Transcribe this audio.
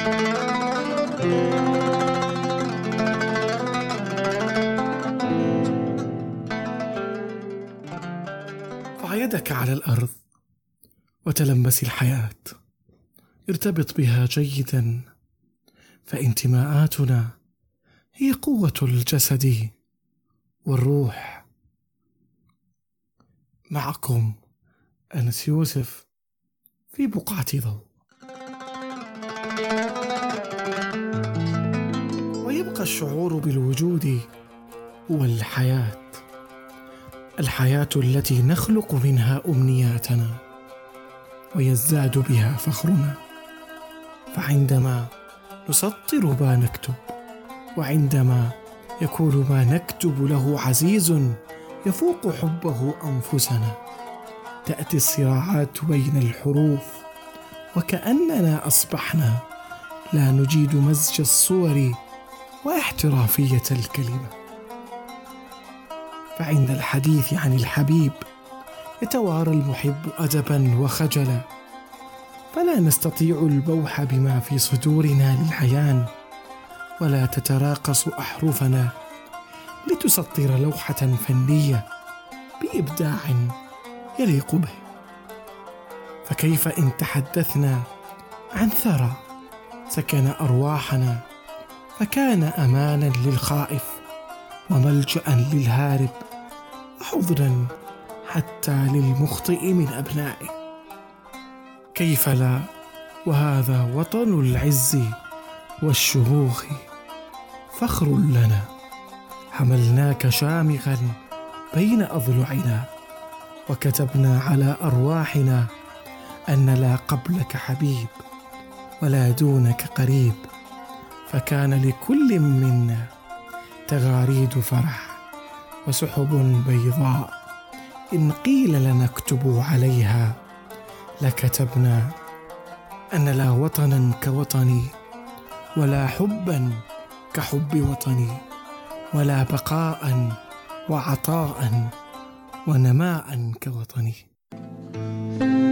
ضع يدك على الأرض وتلمس الحياة، ارتبط بها جيدا، فانتماءاتنا هي قوة الجسد والروح. معكم أنس يوسف في بقعة ضوء. ويبقى الشعور بالوجود هو الحياة التي نخلق منها أمنياتنا ويزداد بها فخرنا. فعندما نسطر ما نكتب، وعندما يكون ما نكتب له عزيز يفوق حبه أنفسنا، تأتي الصراعات بين الحروف، وكأننا أصبحنا لا نجيد مزج الصور واحترافية الكلمة. فعند الحديث عن الحبيب يتوارى المحب أدبا وخجلا، فلا نستطيع البوح بما في صدورنا للعيان، ولا تتراقص أحرفنا لتسطر لوحة فنية بإبداع يليق به. فكيف إن تحدثنا عن ثرى سكن أرواحنا، فكان أمانا للخائف وملجأ للهارب وحضنا حتى للمخطئ من أبنائه. كيف لا، وهذا وطن العز والشموخ، فخر لنا، حملناك شامخا بين أضلعنا، وكتبنا على أرواحنا أن لا قبلك حبيب ولا دونك قريب. فكان لكل منا تغاريد فرح وسحب بيضاء، إن قيل لنا اكتبوا عليها لكتبنا أن لا وطنا كوطني، ولا حبا كحب وطني، ولا بقاء وعطاء ونماء كوطني.